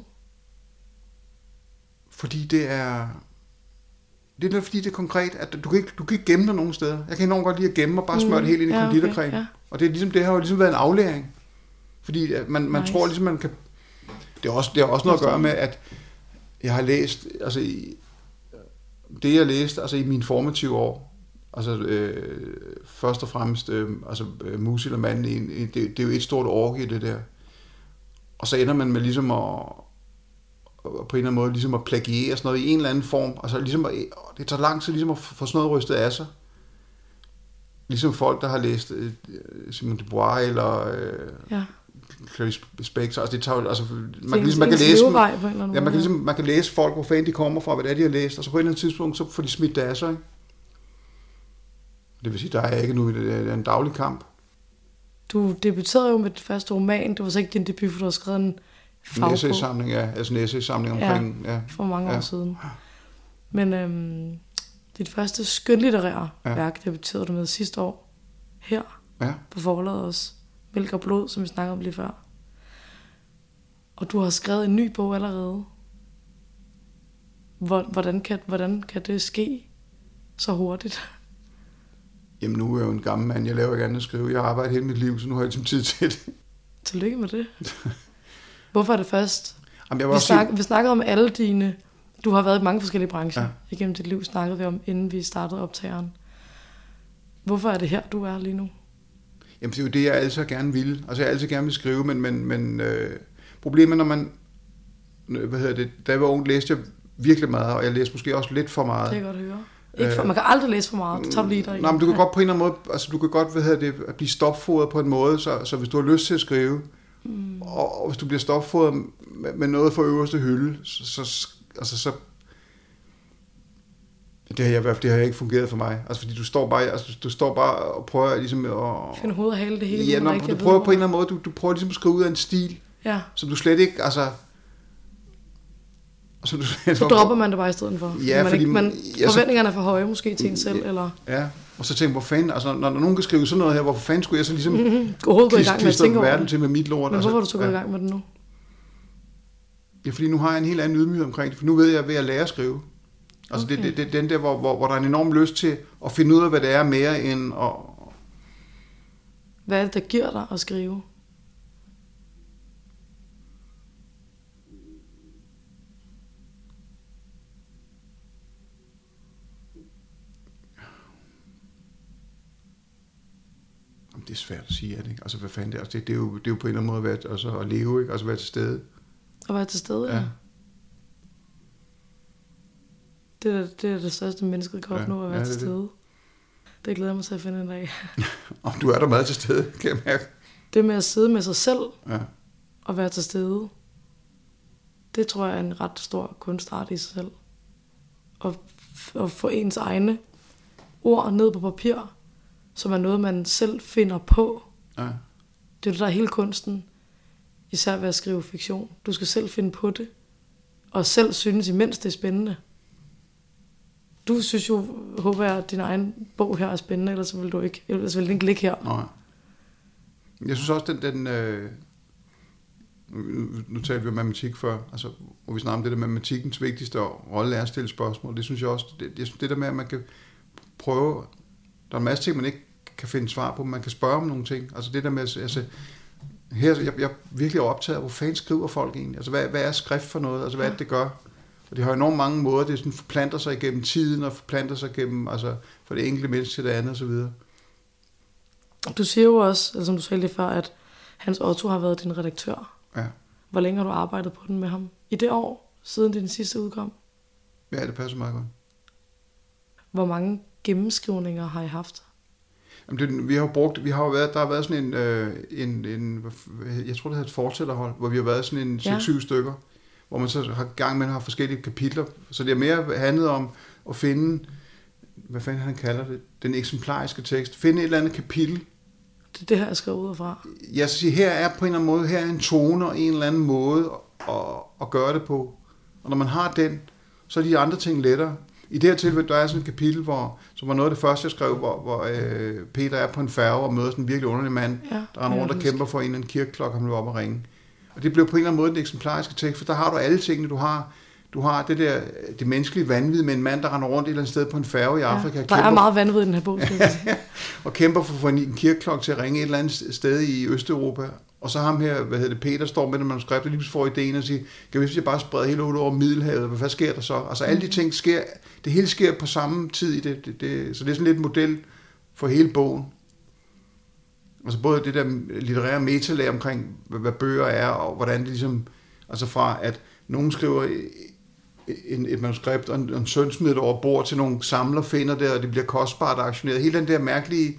Fordi det er fordi det er konkret, at du kan ikke gemme dig nogen steder. Jeg kan enormt godt lide at gemme og bare smøre det helt ind i konditorcreme. Okay, ja. Og det er ligesom, det har jo ligesom været en aflæring. Fordi man tror ligesom, man kan... Det har også noget at gøre med, at jeg har læst, altså det jeg læste, altså i mine formative år, altså først og fremmest, Musil og Manden, det er jo et stort orgie, det der. Og så ender man med ligesom på en eller anden måde ligesom at plagiere sådan noget i en eller anden form, altså ligesom det tager lang tid ligesom at få sådan noget rystet af sig. Ligesom folk, der har læst Simone de Beauvoir eller Clarice Lispector, altså det tager altså man kan læse folk, hvor fanden de kommer fra, hvad det er, de har læst, og så på et eller andet tidspunkt, så får de smidt det af sig, ikke? Det vil sige, der er ikke nu, det er en daglig kamp. Du debuterede jo med dit første roman. Det var så ikke din debut, for du har skrevet en fagbog. En essay-samling, ja. Altså en essay-samling omkring... Ja, for mange år siden. Men dit første skønlitterære værk debuterede du med sidste år. Her på forlaget også. Mælk og blod, som vi snakkede om lige før. Og du har skrevet en ny bog allerede. Hvordan kan det ske så hurtigt? Jamen nu er jeg jo en gammel mand. Jeg laver ikke andet at skrive. Jeg har arbejdet hele mit liv, så nu har jeg ikke tid til det. Tillykke med det. Hvorfor er det først? Jamen, vi snakkede om alle dine... Du har været i mange forskellige brancher. Igennem dit liv snakkede vi om, inden vi startede optageren. Hvorfor er det her, du er lige nu? Jamen det er jo det, jeg altid gerne vil. Altså jeg altid gerne vil skrive, men problemet, når man... Da jeg var ung, læste jeg virkelig meget, og jeg læste måske også lidt for meget. Det kan jeg godt høre. Man kan aldrig læse for meget. Det tager du lige dig. Nej, men du kan godt på en eller anden måde... Altså du kan godt, blive stopfodret på en måde, så hvis du har lyst til at skrive, og hvis du bliver stopfodret med noget for øverste hylde, så det har ikke fungeret for mig. Altså fordi du står bare og prøver ligesom at finde hoved og hale det hele. Ja, du prøver på en eller anden måde, du prøver ligesom at skrive ud af en stil, som du slet ikke, altså så dropper man det bare i stedet for. Ja, forventningerne er for høje måske til en selv, eller... Ja, og så tænker jeg, hvor fanden, altså når nogen kan skrive sådan noget her, hvorfor fanden skulle jeg så ligesom gå i gang med at tænke over det? Til med mit lort. Men hvorfor er du så gået i gang med det nu? Ja, fordi nu har jeg en helt anden ydmyghed omkring det, for nu ved jeg, at jeg lærer at skrive. Altså det er den der, hvor der er en enorm lyst til at finde ud af, hvad det er mere end at... Hvad er det, der giver dig at skrive? Det er svært at sige, ikke? Altså hvad fanden det er. Altså, det er jo på en eller anden måde at leve, ikke? Altså være til stede. At være til stede, ja. Det er det største mennesket kan opnå, at være til stede. Det glæder jeg mig til at finde en dag. Og du er der meget til stede, kan jeg mærke. Det med at sidde med sig selv og være til stede, det tror jeg er en ret stor kunstart i sig selv. Og få ens egne ord ned på papir, som er noget, man selv finder på. Det er det, der er hele kunsten. Især ved at skrive fiktion. Du skal selv finde på det. Og selv synes, imens det er spændende. Du synes jo, håber jeg, at din egen bog her er spændende, ellers vil du ikke. Ellers vil den ikke ligge her. Nej. Jeg synes også, nu talte vi om matematik før, altså, hvor vi snakker om det der matematikkens vigtigste rolle er at stille spørgsmål. Det synes jeg også, det der med, at man kan prøve, der er en masse ting, man ikke kan finde svar på, men man kan spørge om nogle ting. Altså det der med, altså, her, jeg er virkelig optaget af, hvor fanden skriver folk egentlig? Altså hvad er skrift for noget? Altså hvad er det gør? Og det har enormt mange måder, det sådan forplanter sig igennem tiden, og forplanter sig igennem, altså fra det enkelte menneske til det andet, og så videre. Du siger jo også, altså, som du sagde lige før, at Hans Otto har været din redaktør. Ja. Hvor længe har du arbejdet på den med ham? I det år, siden din sidste udkom? Ja, det passer meget godt. Hvor mange gennemskrivninger har I haft? Jamen der har været sådan en jeg tror det hedder et fortsætterhold, hvor vi har været sådan en 6-7 stykker, hvor man så har gang med at have forskellige kapitler, så det er mere handlet om at finde, hvad fanden han kalder det, den eksemplariske tekst, finde et eller andet kapitel. Det er det her, jeg skriver ud fra. Jeg skal sige, her er på en eller anden måde, her er en tone og en eller anden måde at gøre det på, og når man har den, så er de andre ting lettere. I det her tilfælde, der er sådan et kapitel, som var noget af det første, jeg skrev, hvor Peter er på en færge og møder sådan en virkelig underlig mand, der render rundt og kæmper for en eller anden kirkeklokke, han vil op og ringe. Og det blev på en eller anden måde den eksemplariske tekst, for der har du alle tingene, du har det menneskelige vanvid med en mand, der render rundt et eller andet sted på en færge i Afrika. Der er meget vanvid i den her bog. Og kæmper for at få en kirkeklokke til at ringe et eller andet sted i Østeuropa. Og så ham her, Peter, står med det manuskript, og lige pludselig får ideen og siger, kan vi bare sprede hele over Middelhavet, hvad sker der så? Altså alle de ting sker, det hele sker på samme tid i det, så det er sådan lidt et model for hele bogen. Altså både det der litterære metalag omkring, hvad bøger er, og hvordan det ligesom, altså fra at nogen skriver et manuskript, og en søn smider det over bord til nogle samler finder det, og det bliver kostbart aktioneret. Hele den der mærkelige,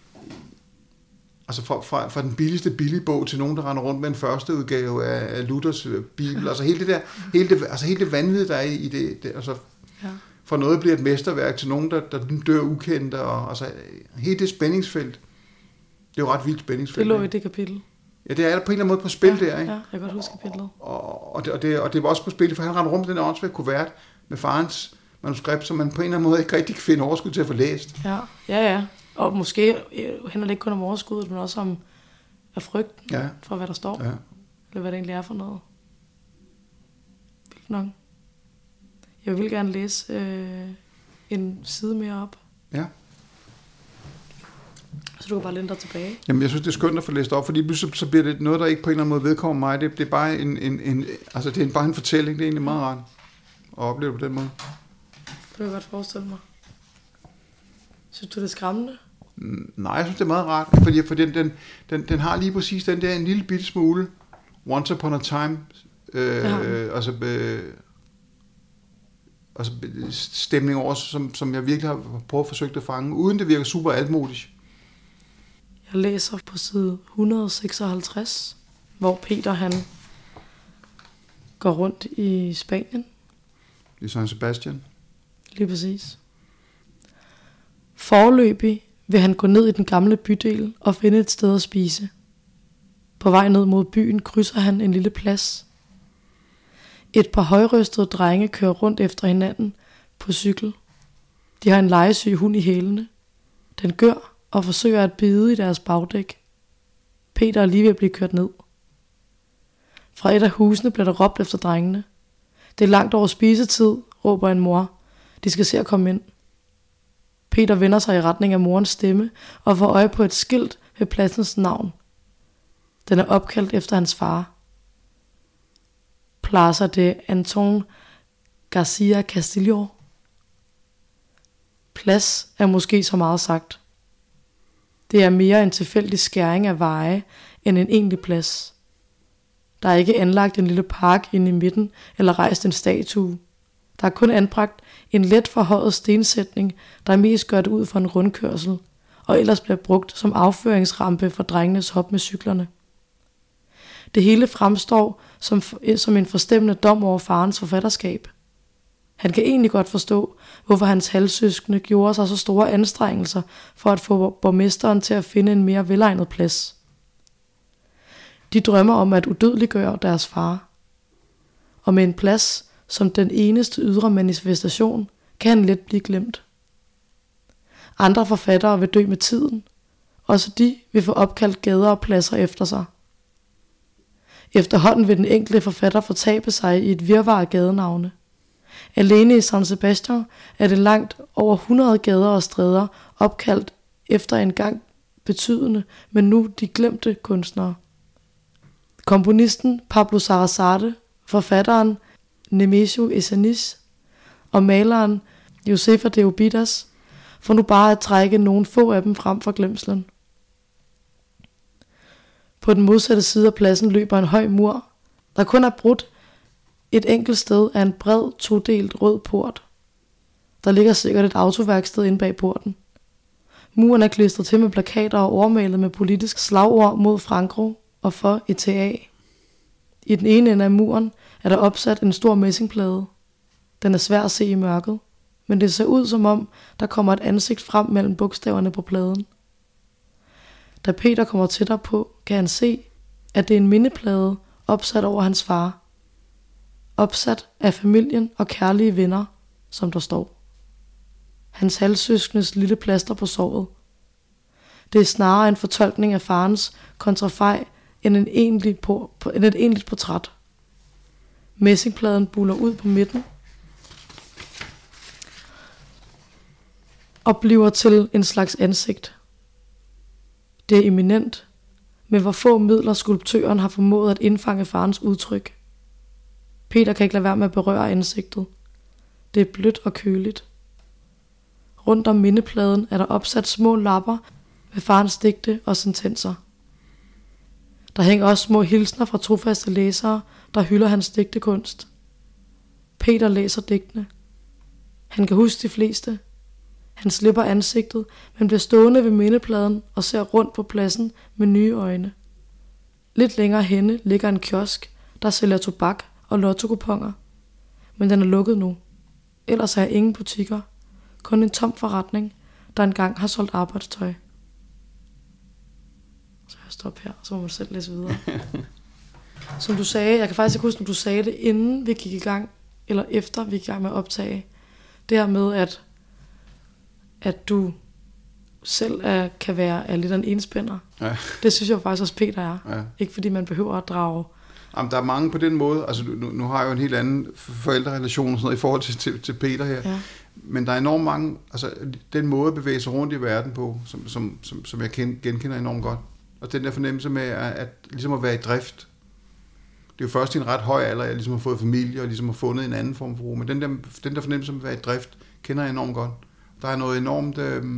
altså fra den billigste billigbog til nogen, der render rundt med en første udgave af Luthers Bibel. Altså hele det vanvid, der er i det altså fra noget bliver et mesterværk til nogen, der dør ukendte, og altså hele det spændingsfelt. Det er jo ret vildt spændingsfyldt. Det lå i det kapitel. Ja, det er der på en eller anden måde på spil der, ikke? Ja, jeg kan godt huske kapitlet. Og det var også på spil, for han rendte rundt med den åndsvæk kuvert med farens manuskript, som man på en eller anden måde ikke rigtig kan finde overskud til at få læst. Ja. Og måske handler det ikke kun om overskuddet, men også om af frygten for, hvad der står. Ja. Eller hvad det egentlig er for noget. Vildt nok. Jeg vil gerne læse en side mere op. Ja. Så du kan bare læne dig tilbage. Jamen, jeg synes, det er skønt at få læst op, fordi så bliver det noget, der ikke på en eller anden måde vedkommer mig. Det er bare det er bare en fortælling. Det er egentlig meget rart at opleve på den måde. Det kan jeg godt forestille mig. Synes du, det er skræmmende? Nej, jeg synes, det er meget rart, for den har lige præcis den der en lille bitte smule once upon a time, stemning over, som jeg virkelig har prøvet at forsøgt at fange, uden det virker super altmodigt. Jeg læser på side 156, hvor Peter han går rundt i Spanien. I San Sebastian. Lige præcis. Foreløbig vil han gå ned i den gamle bydel og finde et sted at spise. På vej ned mod byen krydser han en lille plads. Et par højrøstede drenge kører rundt efter hinanden på cykel. De har en legesyg hund i hælene. Den gør og forsøger at bide i deres bagdæk. Peter er lige ved at blive kørt ned. Fra et af husene bliver der råbt efter drengene. Det er langt over spisetid, råber en mor. De skal se at komme ind. Peter vender sig i retning af morens stemme og får øje på et skilt ved pladsens navn. Den er opkaldt efter hans far. Plaza de Anton Garcia Castillo. Plads er måske så meget sagt. Det er mere en tilfældig skæring af veje end en egentlig plads. Der er ikke anlagt en lille park inde i midten eller rejst en statue. Der er kun anbragt en let forhøjet stensætning, der mest gør det ud for en rundkørsel, og ellers bliver brugt som afføringsrampe for drengenes hop med cyklerne. Det hele fremstår som en forstemmende dom over farens forfatterskab. Han kan egentlig godt forstå, hvorfor hans halvsøskende gjorde sig så store anstrengelser for at få borgmesteren til at finde en mere velegnet plads. De drømmer om at udødeliggøre deres far. Og med en plads som den eneste ydre manifestation, kan han let blive glemt. Andre forfattere vil dø med tiden. Også de vil få opkaldt gader og pladser efter sig. Efterhånden vil den enkelte forfatter fortabe sig i et virvar af gadenavne. Alene i San Sebastian er det langt over 100 gader og stræder opkaldt efter engang betydende, men nu de glemte kunstnere. Komponisten Pablo Sarasate, forfatteren Nemesio Esanis og maleren Josefa de Obidas for nu bare at trække nogle få af dem frem fra glemslen. På den modsatte side af pladsen løber en høj mur, der kun er brudt et enkelt sted af en bred, todelt rød port. Der ligger sikkert et autoværksted inde bag porten. Muren er klistret til med plakater og overmalet med politisk slagord mod Frankrig og for ETA. I den ene ende af muren er der opsat en stor messingplade. Den er svær at se i mørket, men det ser ud som om, der kommer et ansigt frem mellem bogstaverne på pladen. Da Peter kommer tættere på, kan han se, at det er en mindeplade opsat over hans far. Opsat af familien og kærlige venner, som der står. Hans halvsøskendes lille plaster på såret. Det er snarere en fortolkning af farens kontrafej end et egentligt portræt. Messingpladen buller ud på midten og bliver til en slags ansigt. Det er eminent, med hvor få midler skulptøren har formået at indfange farens udtryk. Peter kan ikke lade være med at berøre ansigtet. Det er blødt og køligt. Rundt om mindepladen er der opsat små lapper med farens digte og sentenser. Der hænger også små hilsner fra trofaste læsere, der hylder hans digtekunst. Peter læser digtene. Han kan huske de fleste. Han slipper ansigtet, men bliver stående ved mindepladen og ser rundt på pladsen med nye øjne. Lidt længere henne ligger en kiosk, der sælger tobak og lottokuponer. Men den er lukket nu. Ellers er ingen butikker. Kun en tom forretning, der engang har solgt arbejdstøj. Så jeg stopper her, så må man selv læse videre. Som du sagde, jeg kan faktisk ikke huske, om du sagde det, inden vi gik i gang, eller efter vi gik i gang med at optage. Det her med, at du selv kan være lidt af en enspænder. Ja. Det synes jeg faktisk også Peter er. Ja. Ikke fordi man behøver at drage. Jamen, der er mange på den måde. Altså, nu har jeg jo en helt anden forældrerelation og sådan noget, i forhold til Peter her. Ja. Men der er enormt mange, altså den måde at bevæge sig rundt i verden på, som jeg genkender enormt godt. Og den der fornemmelse med at ligesom at være i drift. Det er jo først i en ret høj alder, jeg ligesom har fået familie og ligesom har fundet en anden form for ro. Men den der fornemmelse med at være i drift, kender jeg enormt godt. Der er noget enormt...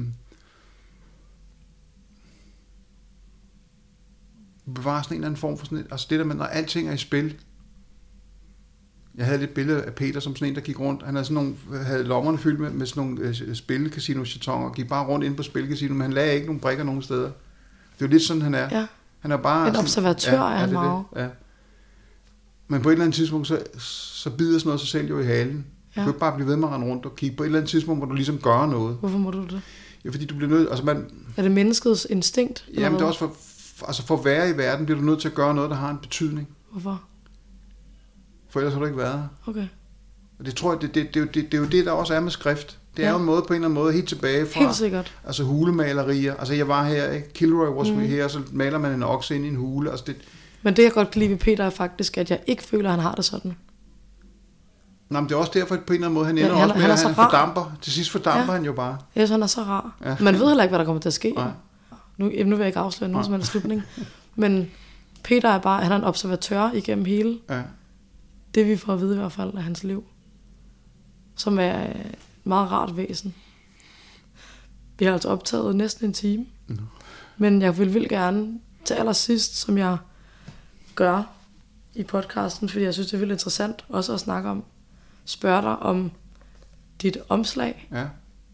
bevarer sådan en eller anden form for sådan et, altså det der med, når alting er i spil. Jeg havde lidt billede af Peter som sådan en, der gik rundt. Han havde lommerne fyldt med sådan nogle spillecasino-chatonger, og gik bare rundt ind på spillecasino, men han lagde ikke nogen brikker nogen steder. Det er jo lidt sådan, han er. Ja. Han er bare... En observatør er han meget. Ja. Men på et eller andet tidspunkt, så bider sådan noget sig selv jo i halen. Ja. Du kan ikke bare blive ved med at rende rundt og kigge. På et eller andet tidspunkt, hvor du ligesom gør noget. Hvorfor må du det? Ja, fordi du bliver nødt... Altså er det menneskets instinkt? Jamen, det er også for at være i verden, bliver du nødt til at gøre noget, der har en betydning. Hvorfor? For ellers har du ikke været her. Okay. Og det tror jeg, det er jo det, der også er med skrift. Det er jo en måde på en eller anden måde helt tilbage fra... Helt sikkert. Altså hulemalerier. Altså jeg var her, ikke? Kilroy was her, og så maler man en okse ind i en hule. Altså det... Men det jeg godt kan lide ved Peter er faktisk, at jeg ikke føler, at han har det sådan. Nej, men det er også derfor, at på en eller anden måde, han ender også med, at han fordamper. Til sidst fordamper han jo bare. Ja, så han er så rar. Ja. Man ved heller ikke, hvad der kommer til at ske. Nej. Nu vil jeg ikke afsløre nogen som helst slutning. Men Peter er bare, han er en observatør igennem hele det, vi får at vide i hvert fald af hans liv. Som er et meget rart væsen. Vi har altså optaget næsten en time. Men jeg vil gerne til allersidst, som jeg gør i podcasten, fordi jeg synes, det er vildt interessant også at snakke om, spørge dig om dit omslag. Ja.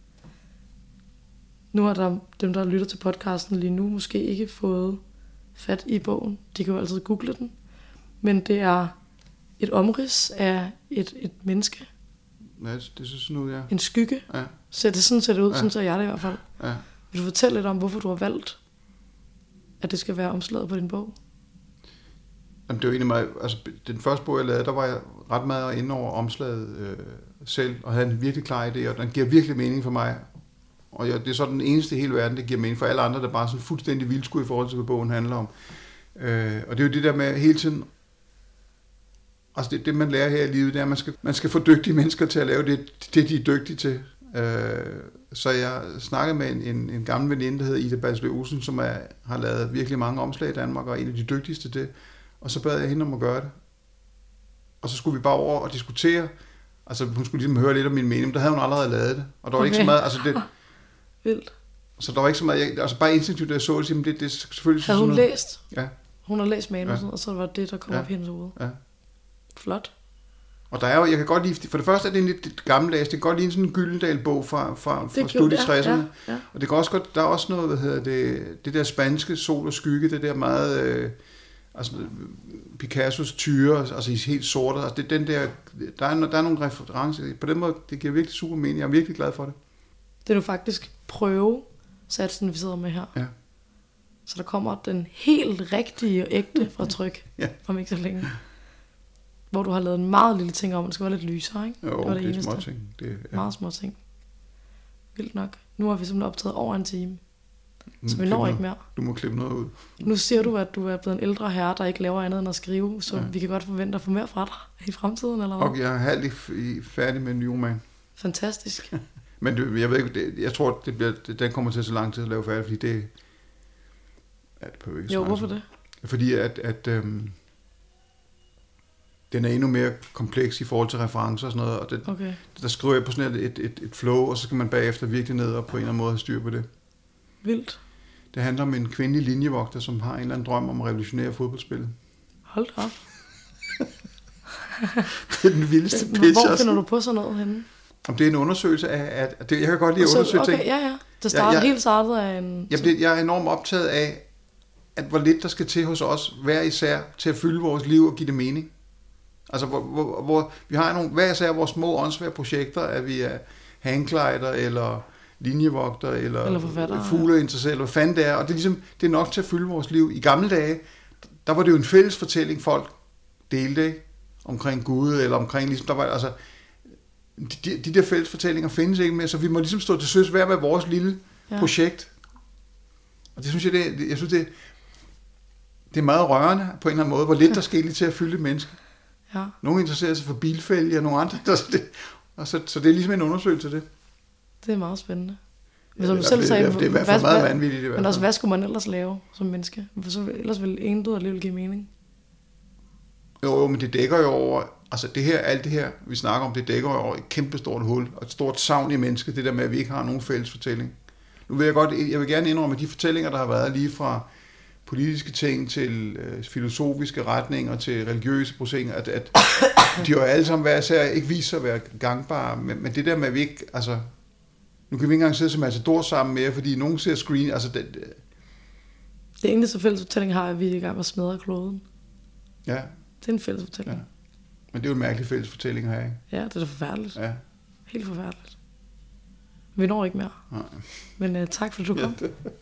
Nu har dem, der lytter til podcasten lige nu, måske ikke fået fat i bogen. De kan jo altid google den. Men det er et omrids af et menneske. Ja, det ser sådan ud, ja. En skygge. Ja. Så det sådan ser det ud, sådan ser jeg det i hvert fald. Ja. Vil du fortælle lidt om, hvorfor du har valgt, at det skal være omslaget på din bog? Jamen, det var egentlig meget, altså den første bog, jeg lavede, der var jeg ret meget inde over omslaget selv, og havde en virkelig klar idé, og den giver virkelig mening for mig. Og det er så den eneste i hele verden, der giver mening for alle andre, der bare sådan fuldstændig vildskud i forhold til, hvad bogen handler om. Og det er jo det der med hele tiden, altså det man lærer her i livet, det er, at man skal få dygtige mennesker til at lave det de er dygtige til. Så jeg snakkede med en gammel veninde, der hedder Ida Balslø Olsen, som har lavet virkelig mange omslag i Danmark, og er en af de dygtigste til det. Og så bad jeg hende om at gøre det. Og så skulle vi bare over og diskutere. Altså hun skulle ligesom høre lidt om min mening, der havde hun allerede lavet det. Og der var ikke så meget, altså det... Vildt. Så der var ikke så meget, altså bare instinktivt, da jeg så det, det selvfølgelig... Havde hun læst? Ja. Hun har læst manuset, og så var det, der kom op i hendes hoved. Ja. Flot. Og der er jo, jeg kan godt lide, for det første er det en lidt gammeldags, det kan godt lide sådan en Gyldendal-bog fra slut i 60'erne. Ja. Og det kan også godt, der er også noget, det der spanske sol og skygge, det der meget... altså Picassos tyre, altså helt sorte, altså det den der er nogle referencer på den måde, det giver virkelig super mening. Jeg er virkelig glad for det. Det er nu faktisk prøvesatsen, vi sidder med her. Ja. Så der kommer den helt rigtige og ægte fra tryk om ikke så længe. Hvor du har lavet en meget lille ting om, det skal være lidt lysere, ikke? Jo, det var det er små ting. Meget små ting. Vildt nok. Nu har vi simpelthen optaget over en time. Så vi når ikke mere. Du må klippe noget ud. Nu siger du, at du er blevet en ældre herre, der ikke laver andet end at skrive, så vi kan godt forvente at få mere fra dig i fremtiden, eller hvad? Og jeg er halvt færdig med en ny roman. Fantastisk. Men jeg ved ikke, jeg tror, den kommer til så lang tid at lave færdig, fordi det på ikke. Jo, hvorfor det? Fordi at den er endnu mere kompleks i forhold til referencer og sådan noget, og der skriver jeg på sådan et flow, og så skal man bagefter virkelig ned og på en eller anden måde have styr på det. Vildt. Det handler om en kvindelig linjevogter, som har en eller anden drøm om at revolutionere fodboldspillet. Hold da op. Det er den vildeste pitch. Hvor finder du på sådan noget henne? Om det er en undersøgelse af jeg kan godt lide at undersøge ting. Ja. Det startede helt startet af en... Jeg er enormt optaget af, at hvor lidt der skal til hos os, hver især, til at fylde vores liv og give det mening. Altså, hvor vi har hver især vores små åndsvære projekter, at vi er hangglider, eller linjevogter, eller forfatter, fugleinteresseret, eller hvad fanden det er. Og det er ligesom, det er nok til at fylde vores liv. I gamle dage, der var det jo en fælles fortælling, folk delte, ikke? Omkring Gud, eller omkring, ligesom, der var, altså, de der fælles fortællinger findes ikke mere, så vi må ligesom stå til søs hver med vores lille projekt. Og det synes jeg, jeg synes, det er meget rørende på en eller anden måde, hvor lidt der skal lige til at fylde et menneske. Ja. Nogle interesserer sig for bilfælge, og nogle andre. Så det er ligesom en undersøgelse, det. Det er meget spændende. Men som du selv sagde, det er i hvert fald meget vanvittigt. Men også, hvad skulle man ellers lave som menneske? For så ellers ville ingen død alligevel give mening. Jo, men det dækker jo over, altså alt det her, vi snakker om, det dækker jo over et kæmpestort hul, og et stort savn i mennesket, det der med, at vi ikke har nogen fælles fortælling. Nu vil jeg vil gerne indrømme, at de fortællinger, der har været lige fra politiske ting til filosofiske retninger til religiøse processer, at de jo alle sammen ikke viser sig at være gangbare, men det der med, at vi ikke, altså, nu kan vi ikke engang sidde som matador sammen mere, fordi nogen ser screen, altså det eneste fælles fortælling har, at vi er i gang med at smadre kloden. Ja. Det er en fælles fortælling. Ja. Men det er jo en mærkelig fælles fortælling her, ikke? Ja, det er da forfærdeligt. Ja. Helt forfærdeligt. Vi når ikke mere. Nej. Men tak fordi du kom. Ja,